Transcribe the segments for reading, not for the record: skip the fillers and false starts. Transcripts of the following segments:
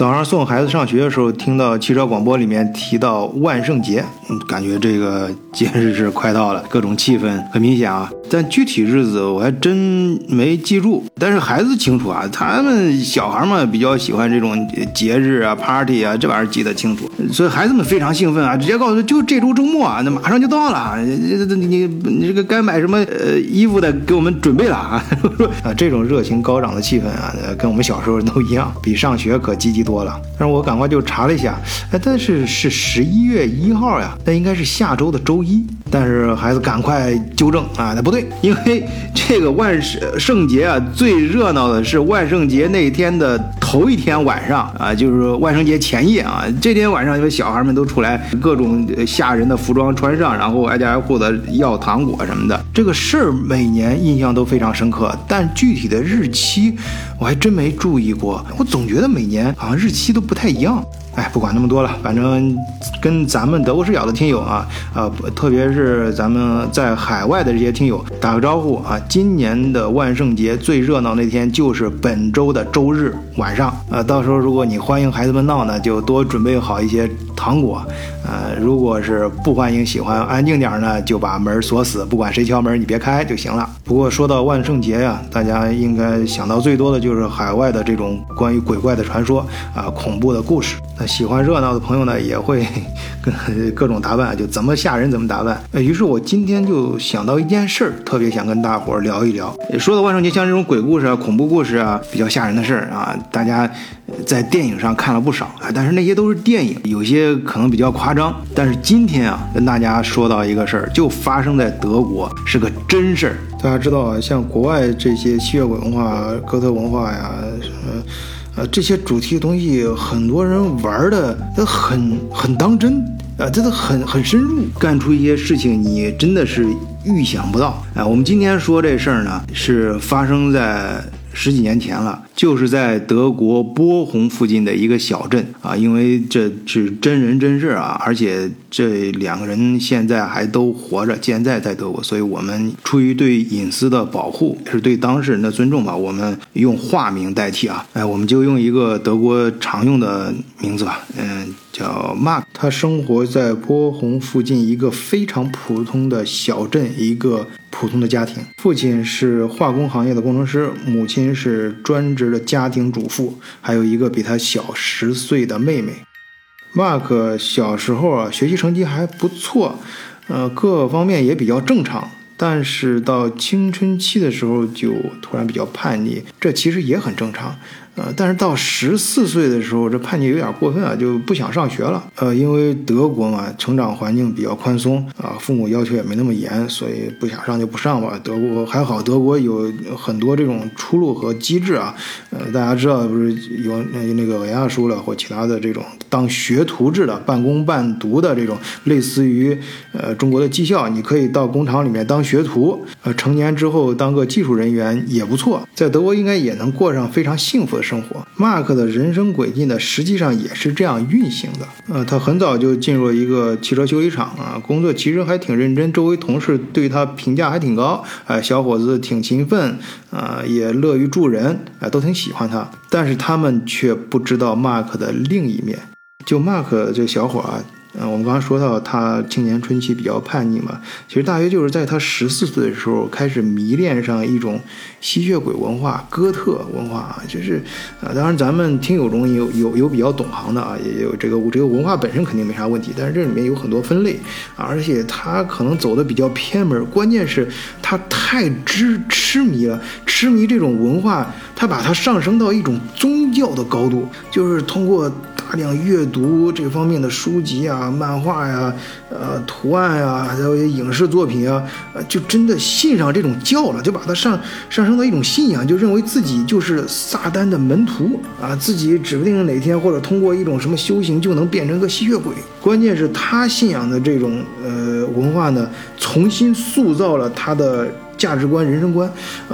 早上送孩子上学的时候，听到汽车广播里面提到万圣节，感觉这个节日是快到了，各种气氛很明显啊。但具体日子我还真没记住，但是孩子清楚啊，他们小孩嘛比较喜欢这种节日啊、party 啊，这玩意儿记得清楚，所以孩子们非常兴奋啊，直接告诉就这周周末啊，那马上就到了，你这个该买什么衣服的给我们准备了啊啊，这种热情高涨的气氛啊，跟我们小时候都一样，比上学可积极多了。但是我赶快就查了一下，但是11月1号呀，那应该是下周的周一。但是孩子赶快纠正啊，那不对，因为这个万圣节啊，最热闹的是万圣节那天的头一天晚上啊，就是万圣节前夜啊。这天晚上，因为小孩们都出来，各种吓人的服装穿上，然后挨家挨户的要糖果什么的。这个事儿每年印象都非常深刻，但具体的日期我还真没注意过。我总觉得每年好像日期都不太一样。哎，不管那么多了，反正跟咱们德国视角的听友啊，特别是咱们在海外的这些听友打个招呼啊！今年的万圣节最热闹那天就是本周的周日晚上，到时候如果你欢迎孩子们闹呢，就多准备好一些糖果，如果是不欢迎喜欢安静点呢，就把门锁死，不管谁敲门你别开就行了。不过说到万圣节呀，大家应该想到最多的就是海外的这种关于鬼怪的传说啊，恐怖的故事。那喜欢热闹的朋友呢，也会跟各种打扮，就怎么吓人怎么打扮。于是我今天就想到一件事儿，特别想跟大伙儿聊一聊。说到万圣节，像这种鬼故事啊、恐怖故事啊，比较吓人的事儿啊，大家在电影上看了不少啊，但是那些都是电影，有些可能比较夸张。但是今天啊，跟大家说到一个事儿，就发生在德国，是个真事儿。大家知道啊，像国外这些吸血鬼文化、哥特文化呀，这些主题的东西，很多人玩的都很当真啊，这都很深入，干出一些事情你真的是预想不到啊。我们今天说这事儿呢，是发生在10几年前了，就是在德国波鸿附近的一个小镇啊，因为这是真人真事啊，而且这2个人现在还都活着，现在在德国，所以我们出于对隐私的保护，是对当事人的尊重吧，我们用化名代替啊，我们就用一个德国常用的名字吧，叫 Mark， 他生活在波鸿附近一个非常普通的小镇，一个普通的家庭，父亲是化工行业的工程师，母亲是专职的家庭主妇，还有一个比他小10岁的妹妹。Mark 小时候啊，学习成绩还不错，各方面也比较正常，但是到青春期的时候就突然比较叛逆，这其实也很正常。但是到14岁的时候，这叛逆有点过分啊，就不想上学了。因为德国嘛，成长环境比较宽松啊，父母要求也没那么严，所以不想上就不上吧。德国还好，德国有很多这种出路和机制啊。大家知道不是有那个维亚书了或其他的这种当学徒制的半工半读的这种，类似于中国的技校，你可以到工厂里面当学徒，成年之后当个技术人员也不错，在德国应该也能过上非常幸福的生活。Mark 的人生轨迹呢，实际上也是这样运行的。他很早就进入了一个汽车修理厂啊，工作其实还挺认真，周围同事对他评价还挺高，小伙子挺勤奋也乐于助人，都挺喜欢他。但是他们却不知道 Mark 的另一面。就 Mark 这小伙啊，我们刚刚说到他青年春期比较叛逆嘛，其实大约就是在他14岁的时候开始迷恋上一种吸血鬼文化、哥特文化啊，就是当然咱们听友中有比较懂行的啊，也有这个文化本身肯定没啥问题，但是这里面有很多分类啊，而且他可能走的比较偏门，关键是他太痴迷了，痴迷这种文化，他把它上升到一种宗教的高度，就是通过大量阅读这方面的书籍啊、漫画呀、图案呀，还有影视作品啊，就真的信上这种教了，就把它上升到一种信仰，就认为自己就是撒旦的门徒啊，自己指不定哪天或者通过一种什么修行就能变成个吸血鬼。关键是他信仰的这种文化呢，重新塑造了他的价值观、人生观啊，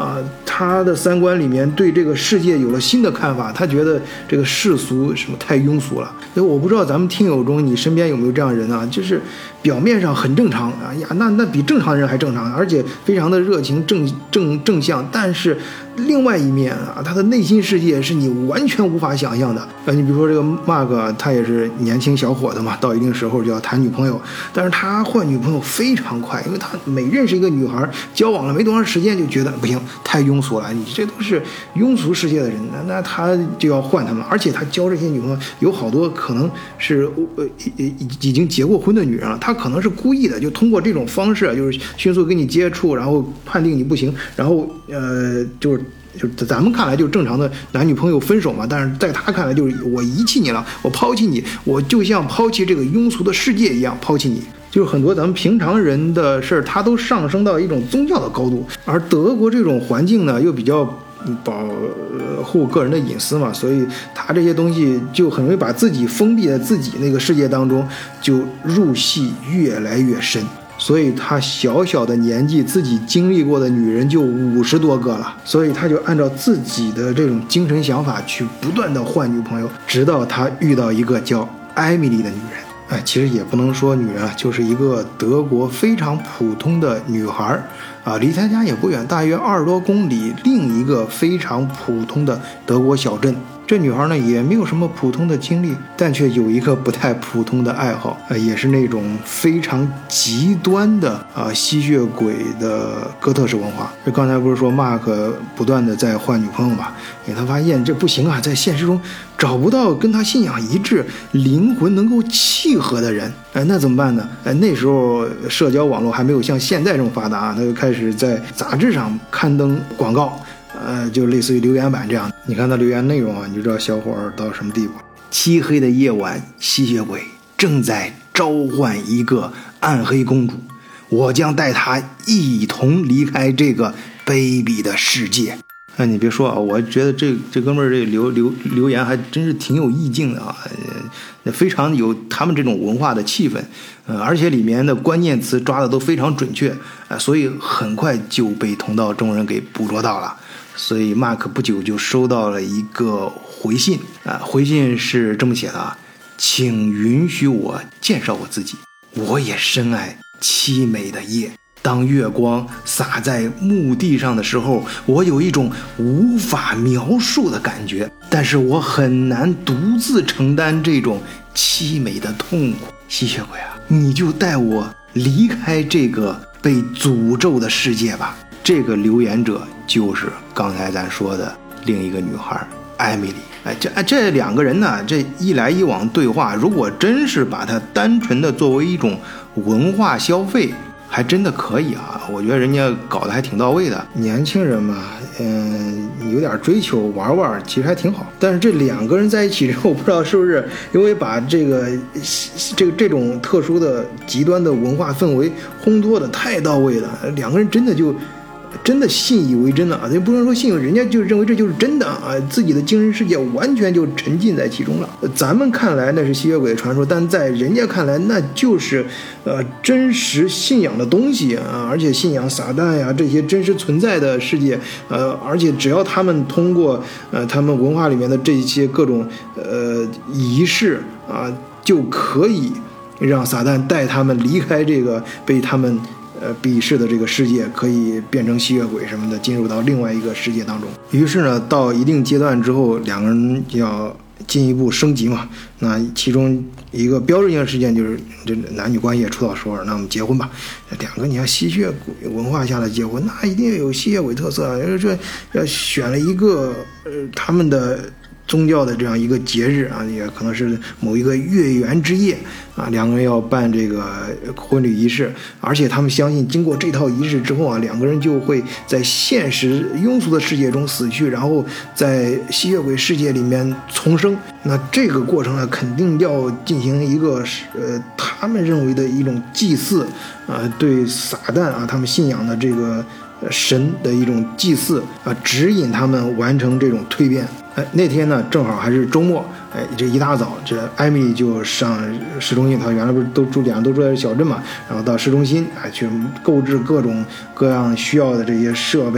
他的三观里面对这个世界有了新的看法，他觉得这个世俗什么太庸俗了。所以我不知道咱们听友中你身边有没有这样人啊，就是表面上很正常啊呀，那比正常人还正常，而且非常的热情正向，但是另外一面啊，他的内心世界是你完全无法想象的。你比如说这个 Mark， 他也是年轻小伙子嘛，到一定时候就要谈女朋友，但是他换女朋友非常快，因为他每认识一个女孩，交往了没多长时间就觉得不行，太庸俗了，你这都是庸俗世界的人，那他就要换他们。而且他交这些女朋友有好多可能是已经结过婚的女人了，他可能是故意的，就通过这种方式，就是迅速跟你接触，然后判定你不行，然后就是咱们看来就是正常的男女朋友分手嘛，但是在他看来就是我遗弃你了，我抛弃你，我就像抛弃这个庸俗的世界一样抛弃你。就是很多咱们平常人的事儿，他都上升到一种宗教的高度，而德国这种环境呢，又比较保护个人的隐私嘛，所以他这些东西就很容易把自己封闭在自己那个世界当中，就入戏越来越深。所以他小小的年纪自己经历过的女人就50多个了，所以他就按照自己的这种精神想法去不断的换女朋友，直到他遇到一个叫艾米丽的女人。其实也不能说女人啊，就是一个德国非常普通的女孩啊，离他家也不远，大约20多公里，另一个非常普通的德国小镇。这女孩呢也没有什么普通的经历，但却有一个不太普通的爱好，也是那种非常极端的吸血鬼的哥特式文化。这刚才不是说 Mark 不断的在换女朋友嘛，因为他发现这不行啊，在现实中找不到跟他信仰一致、灵魂能够契合的人。那怎么办呢？那时候社交网络还没有像现在这么发达，他就开始在杂志上刊登广告。就类似于留言板这样，你看他留言内容啊，你就知道小伙到什么地步。漆黑的夜晚，吸血鬼正在召唤一个暗黑公主，我将带她一同离开这个卑鄙的世界。你别说啊，我觉得这哥们儿这留言还真是挺有意境的啊，非常有他们这种文化的气氛，而且里面的关键词抓的都非常准确，所以很快就被同道中人给捕捉到了。所以 Mark 不久就收到了一个回信回信是这么写的啊：请允许我介绍我自己，我也深爱凄美的夜。当月光洒在墓地上的时候，我有一种无法描述的感觉，但是我很难独自承担这种凄美的痛苦。吸血鬼啊，你就带我离开这个被诅咒的世界吧。这个留言者就是刚才咱说的另一个女孩艾米丽。这两个人呢，这一来一往对话，如果真是把它单纯的作为一种文化消费，还真的可以啊，我觉得人家搞得还挺到位的。年轻人嘛，有点追求玩玩，其实还挺好。但是这两个人在一起之后，不知道是不是因为把这种特殊的极端的文化氛围烘托的太到位了，两个人真的信以为真了啊！也不能说信以为，人家就认为这就是真的啊，自己的精神世界完全就沉浸在其中了。咱们看来那是吸血鬼的传说，但在人家看来那就是真实信仰的东西啊，而且信仰撒旦呀这些真实存在的世界，而且只要他们通过他们文化里面的这些各种仪式啊，就可以让撒旦带他们离开这个被他们鄙视的这个世界，可以变成吸血鬼什么的，进入到另外一个世界当中。于是呢，到一定阶段之后，两个人要进一步升级嘛。那其中一个标志性的事件就是这男女关系也出到首尔，那我们结婚吧。两个你看吸血鬼文化下的结婚，那一定有吸血鬼特色啊。这要选了一个他们的宗教的这样一个节日啊，也可能是某一个月圆之夜啊，两个人要办这个婚礼仪式，而且他们相信经过这套仪式之后啊，两个人就会在现实庸俗的世界中死去，然后在吸血鬼世界里面重生。那这个过程呢，肯定要进行一个他们认为的一种祭祀啊，对撒旦啊他们信仰的这个神的一种祭祀啊，指引他们完成这种蜕变。那天呢正好还是周末，这一大早，这艾米丽就上市中心，她原来不是两人都住在小镇嘛，然后到市中心去购置各种各样需要的这些设备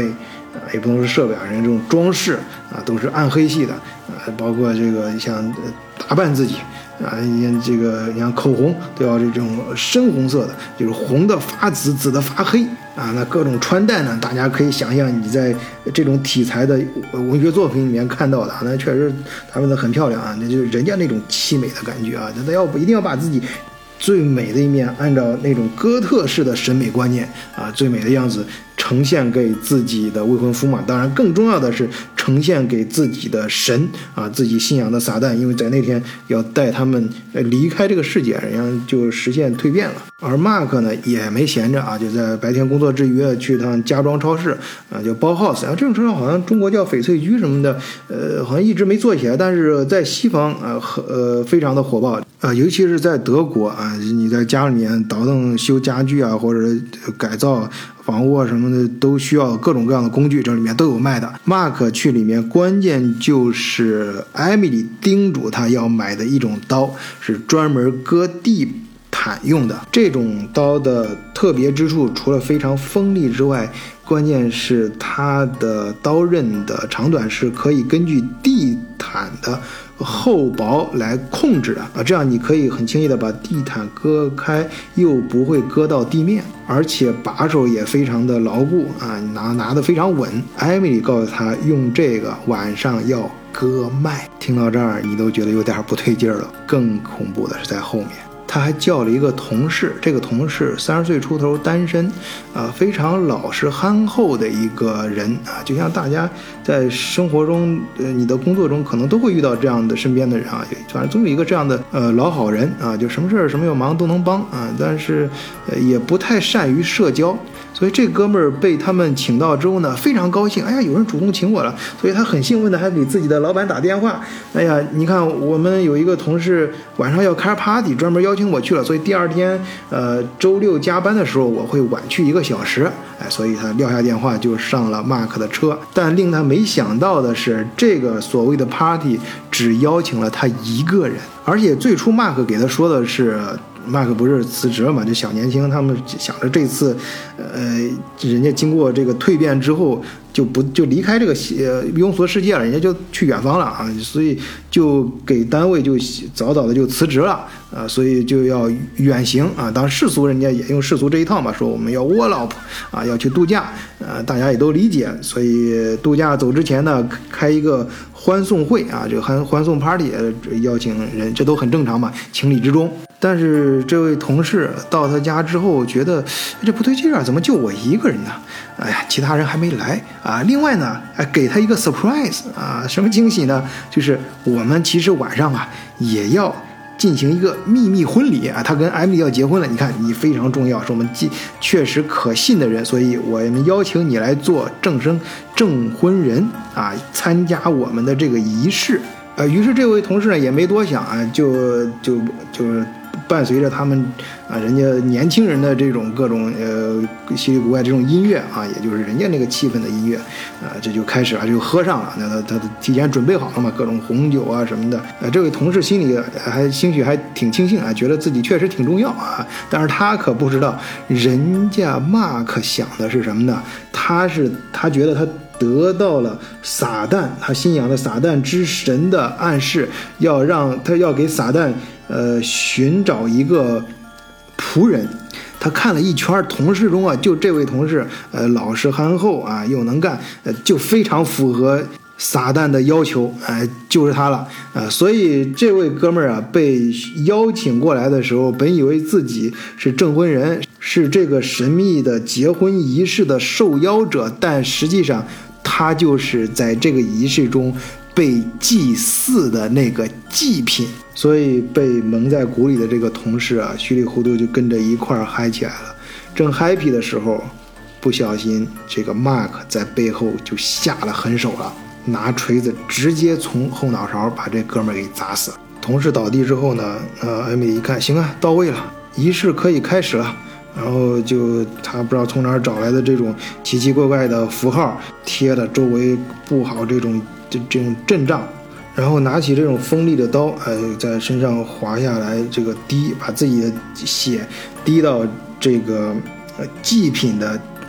也不能说设备啊，人家这种装饰啊都是暗黑系的包括这个像打扮自己这个你像口红都要这种深红色的，就是红的发紫，紫的发黑那各种穿戴呢，大家可以想象你在这种题材的文学作品里面看到的那确实他们的很漂亮那就是人家那种凄美的感觉他一定要把自己最美的一面按照那种哥特式的审美观念最美的样子呈现给自己的未婚夫嘛。当然更重要的是呈现给自己的神自己信仰的撒旦，因为在那天要带他们离开这个世界，然后就实现蜕变了。而 Mark 呢也没闲着就在白天工作之余去趟家装超市叫 Bauhaus 这种车上好像中国叫翡翠居什么的好像一直没做起来，但是在西方非常的火爆尤其是在德国你在家里面倒腾修家具或者改造房屋什么的都需要各种各样的工具，这里面都有卖的。 Mark 去里面关键就是艾米丽叮嘱他要买的一种刀，是专门割地毯用的。这种刀的特别之处除了非常锋利之外，关键是它的刀刃的长短是可以根据地毯的厚薄来控制的这样你可以很轻易的把地毯割开，又不会割到地面，而且把手也非常的牢固拿得非常稳。艾米丽告诉他用这个晚上要割脉。听到这儿你都觉得有点不对劲了，更恐怖的是在后面。他还叫了一个同事，这个同事30岁出头，单身非常老实憨厚的一个人就像大家在生活中你的工作中可能都会遇到这样的身边的人反正总有一个这样的老好人就什么事什么有忙都能帮但是也不太善于社交。所以这哥们儿被他们请到之后呢，非常高兴，哎呀，有人主动请我了，所以他很兴奋的还给自己的老板打电话，哎呀，你看我们有一个同事晚上要开 party， 专门邀请我去了，所以第二天周六加班的时候我会晚去1个小时，所以他撂下电话就上了 Mark 的车。但令他没想到的是，这个所谓的 party 只邀请了他一个人，而且最初 Mark 给他说的是Mark 不是辞职了嘛？这小年轻他们想着这次，人家经过这个蜕变之后，就离开这个庸俗世界了，人家就去远方了所以就给单位就早早的就辞职了所以就要远行当然世俗人家也用世俗这一套嘛，说我们要窝老婆要去度假大家也都理解，所以度假走之前呢，开一个欢送会这个欢送 party 邀请人，这都很正常嘛，情理之中。但是这位同事到他家之后觉得这不对劲怎么就我一个人呢？哎呀，其他人还没来另外呢给他一个 surprise 什么惊喜呢？就是我们其实晚上也要进行一个秘密婚礼他跟艾米丽要结婚了，你看你非常重要，是我们确实可信的人，所以我们邀请你来做证婚人参加我们的这个仪式于是这位同事呢也没多想就是伴随着他们人家年轻人的这种各种稀里古怪这种音乐也就是人家那个气氛的音乐这就开始了，就喝上了。那他提前准备好了嘛，各种红酒什么的。这位同事心里兴许还挺庆幸觉得自己确实挺重要但是他可不知道，人家 Mark 想的是什么呢？他觉得他得到了撒旦，他信仰的撒旦之神的暗示，要给撒旦寻找一个仆人。他看了一圈同事中就这位同事老实憨厚又能干就非常符合撒旦的要求就是他了所以这位哥们儿被邀请过来的时候，本以为自己是证婚人，是这个神秘的结婚仪式的受邀者，但实际上他就是在这个仪式中被祭祀的那个祭品。所以被蒙在鼓里的这个同事稀里糊涂就跟着一块嗨起来了。正 happy 的时候，不小心这个 Mark 在背后就下了狠手了，拿锤子直接从后脑勺把这哥们儿给砸死了。同事倒地之后呢艾米丽一看，行到位了，仪式可以开始了。然后就他不知道从哪儿找来的这种奇奇怪怪的符号，贴的周围布好这种阵仗，然后拿起这种锋利的刀在身上划下来，这个把自己的血滴到这个祭品的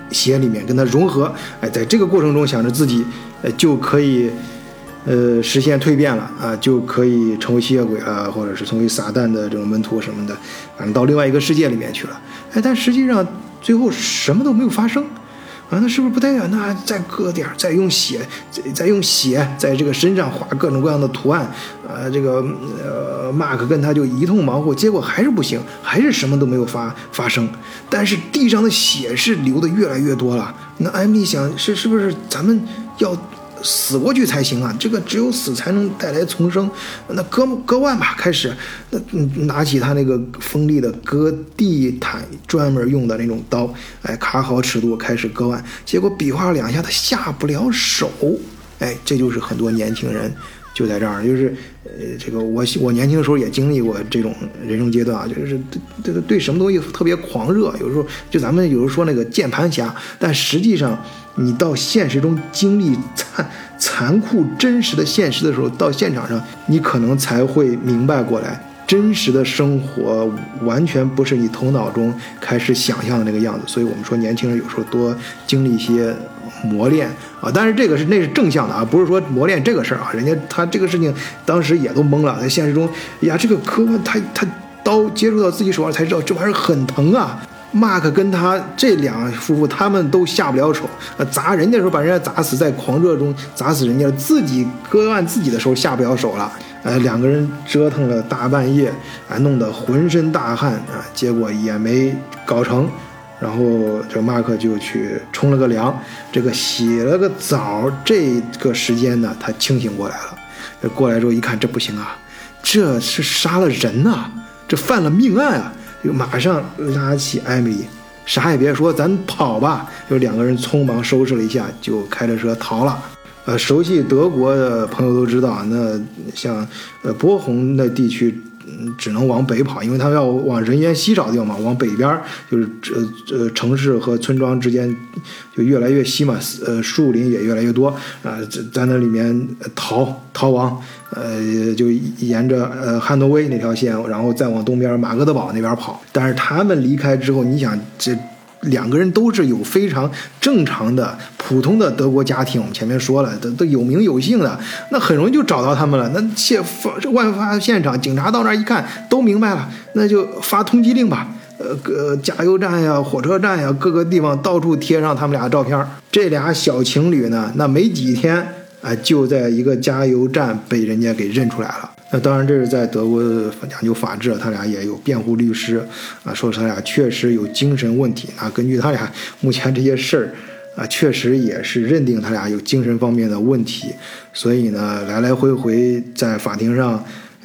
血里面，跟它融合，在这个过程中想着自己就可以实现蜕变了啊，就可以成为吸血鬼了，或者是成为撒旦的这种门徒什么的，反正到另外一个世界里面去了。但实际上最后什么都没有发生啊，那是不是不对啊？那再搁点，再用血在这个身上画各种各样的图案啊，这个马克跟他就一通忙活，结果还是不行，还是什么都没有发生。但是地上的血是流的越来越多了。那艾米丽想，是不是咱们要死过去才行啊？这个只有死才能带来重生。那割腕吧，开始，拿起他那个锋利的割地毯专门用的那种刀，卡好尺度开始割腕。结果比划了2下，他下不了手。这就是很多年轻人就在这儿，就是这个我年轻的时候也经历过这种人生阶段啊，就是对什么东西特别狂热，有时候就咱们有时候说那个键盘侠，但实际上你到现实中经历残酷真实的现实的时候，到现场上你可能才会明白过来，真实的生活完全不是你头脑中开始想象的那个样子。所以我们说年轻人有时候多经历一些磨练啊，但是那是正向的啊，不是说磨练这个事儿啊，人家他这个事情当时也都懵了，在现实中呀，这个科幻他刀接触到自己手上才知道这玩意儿很疼啊。马克跟他这两夫妇他们都下不了手，砸人家的时候把人家砸死，在狂热中砸死人家，自己割腕自己的时候下不了手了。两个人折腾了大半夜，弄得浑身大汗啊，结果也没搞成。然后这马克就去冲了个凉，这个洗了个澡，这个时间呢他清醒过来了。过来之后一看，这不行啊，这是杀了人啊，这犯了命案啊，就马上拉起艾米丽，啥也别说，咱跑吧。就2个人匆忙收拾了一下，就开着车逃了。熟悉德国的朋友都知道，那像波鸿那地区只能往北跑，因为他们要往人烟稀少的地方嘛，往北边就是城市和村庄之间就越来越稀嘛，树林也越来越多啊，在那里面逃亡，就沿着汉诺威那条线，然后再往东边马格德堡那边跑。但是他们离开之后，你想这2个人都是有非常正常的普通的德国家庭，我们前面说了都有名有姓的，那很容易就找到他们了。那万发现场，警察到那儿一看都明白了，那就发通缉令吧。加油站呀、火车站呀，各个地方到处贴上他们俩照片。这俩小情侣呢，那没几天就在一个加油站被人家给认出来了。那当然这是在德国讲究法治，他俩也有辩护律师啊，说他俩确实有精神问题啊。根据他俩目前这些事儿啊，确实也是认定他俩有精神方面的问题，所以呢来来回回在法庭上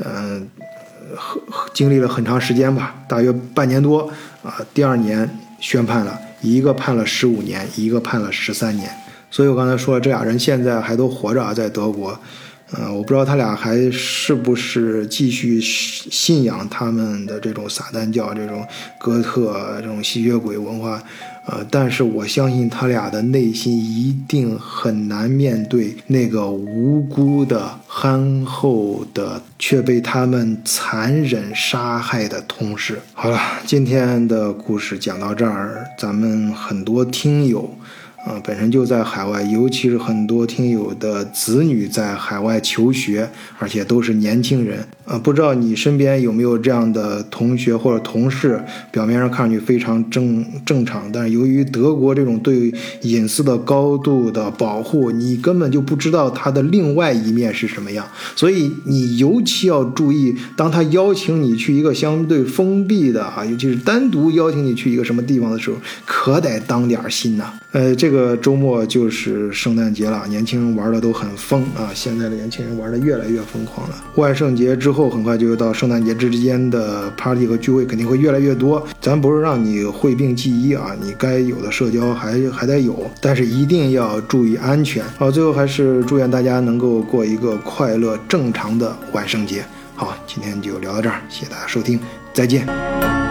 经历了很长时间吧，大约半年多啊。第2年宣判了，一个判了15年，一个判了13年。所以我刚才说了，这俩人现在还都活着啊，在德国。我不知道他俩还是不是继续信仰他们的这种撒旦教、这种哥特、这种吸血鬼文化，但是我相信他俩的内心一定很难面对那个无辜的、憨厚的，却被他们残忍杀害的同事。好了，今天的故事讲到这儿，咱们很多听友本身就在海外，尤其是很多听友的子女在海外求学，而且都是年轻人。不知道你身边有没有这样的同学或者同事，表面上看上去非常正常，但是由于德国这种对隐私的高度的保护，你根本就不知道他的另外一面是什么样。所以你尤其要注意，当他邀请你去一个相对封闭的尤其是单独邀请你去一个什么地方的时候，可得当点心呐。这个周末就是圣诞节了，年轻人玩的都很疯啊！现在的年轻人玩的越来越疯狂了。万圣节之后，很快就到圣诞节之间的 party 和聚会肯定会越来越多。咱不是让你讳病忌医啊，你该有的社交还得有，但是一定要注意安全。好，最后还是祝愿大家能够过一个快乐正常的万圣节。好，今天就聊到这儿，谢谢大家收听，再见。